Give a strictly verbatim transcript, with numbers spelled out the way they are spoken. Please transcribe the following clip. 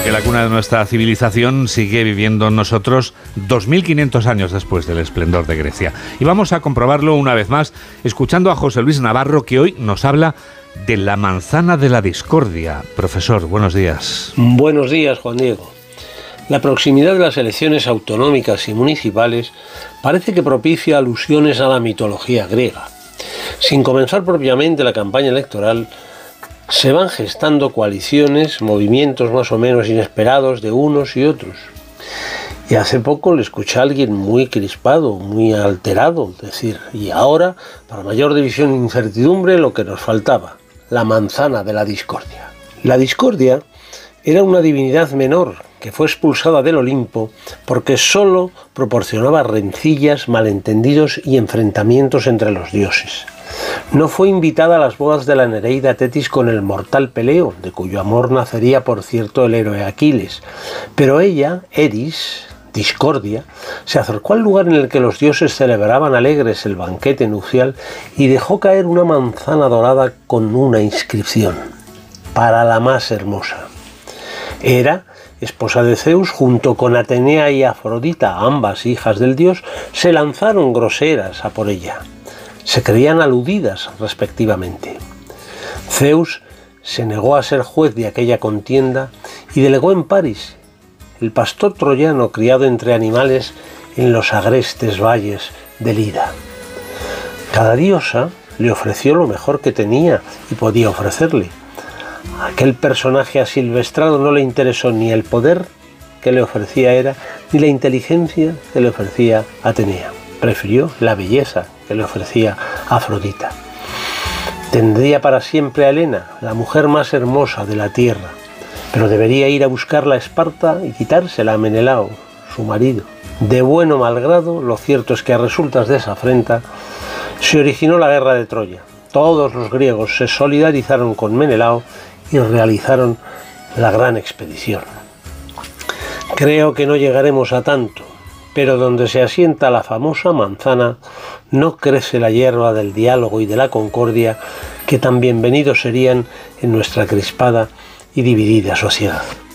porque la cuna de nuestra civilización sigue viviendo en nosotros dos mil quinientos años después del esplendor de Grecia. Y vamos a comprobarlo una vez más escuchando a José Luis Navarro, que hoy nos habla de la manzana de la discordia. Profesor, buenos días. Buenos días, Juan Diego. La proximidad de las elecciones autonómicas y municipales parece que propicia alusiones a la mitología griega. Sin comenzar propiamente la campaña electoral, se van gestando coaliciones, movimientos más o menos inesperados de unos y otros. Y hace poco le escuché a alguien muy crispado, muy alterado, decir, y ahora, para mayor división e incertidumbre, lo que nos faltaba, la manzana de la discordia. La discordia era una divinidad menor que fue expulsada del Olimpo porque solo proporcionaba rencillas, malentendidos y enfrentamientos entre los dioses. No fue invitada a las bodas de la Nereida Tetis con el mortal Peleo, de cuyo amor nacería, por cierto, el héroe Aquiles. Pero ella, Eris, Discordia, se acercó al lugar en el que los dioses celebraban alegres el banquete nupcial y dejó caer una manzana dorada con una inscripción: para la más hermosa. Hera, esposa de Zeus, junto con Atenea y Afrodita, ambas hijas del dios, se lanzaron groseras a por ella. Se creían aludidas respectivamente. Zeus se negó a ser juez de aquella contienda y delegó en Paris, el pastor troyano criado entre animales en los agrestes valles del Ida. Cada diosa le ofreció lo mejor que tenía y podía ofrecerle. A aquel personaje asilvestrado no le interesó ni el poder que le ofrecía Hera, ni la inteligencia que le ofrecía Atenea. Prefirió la belleza que le ofrecía Afrodita. Tendría para siempre a Helena, la mujer más hermosa de la tierra, pero debería ir a buscarla a Esparta y quitársela a Menelao, su marido. De buen o mal grado, lo cierto es que a resultas de esa afrenta se originó la guerra de Troya. Todos los griegos se solidarizaron con Menelao y realizaron la gran expedición. Creo que no llegaremos a tanto, pero donde se asienta la famosa manzana, no crece la hierba del diálogo y de la concordia que tan bienvenidos serían en nuestra crispada y dividida sociedad.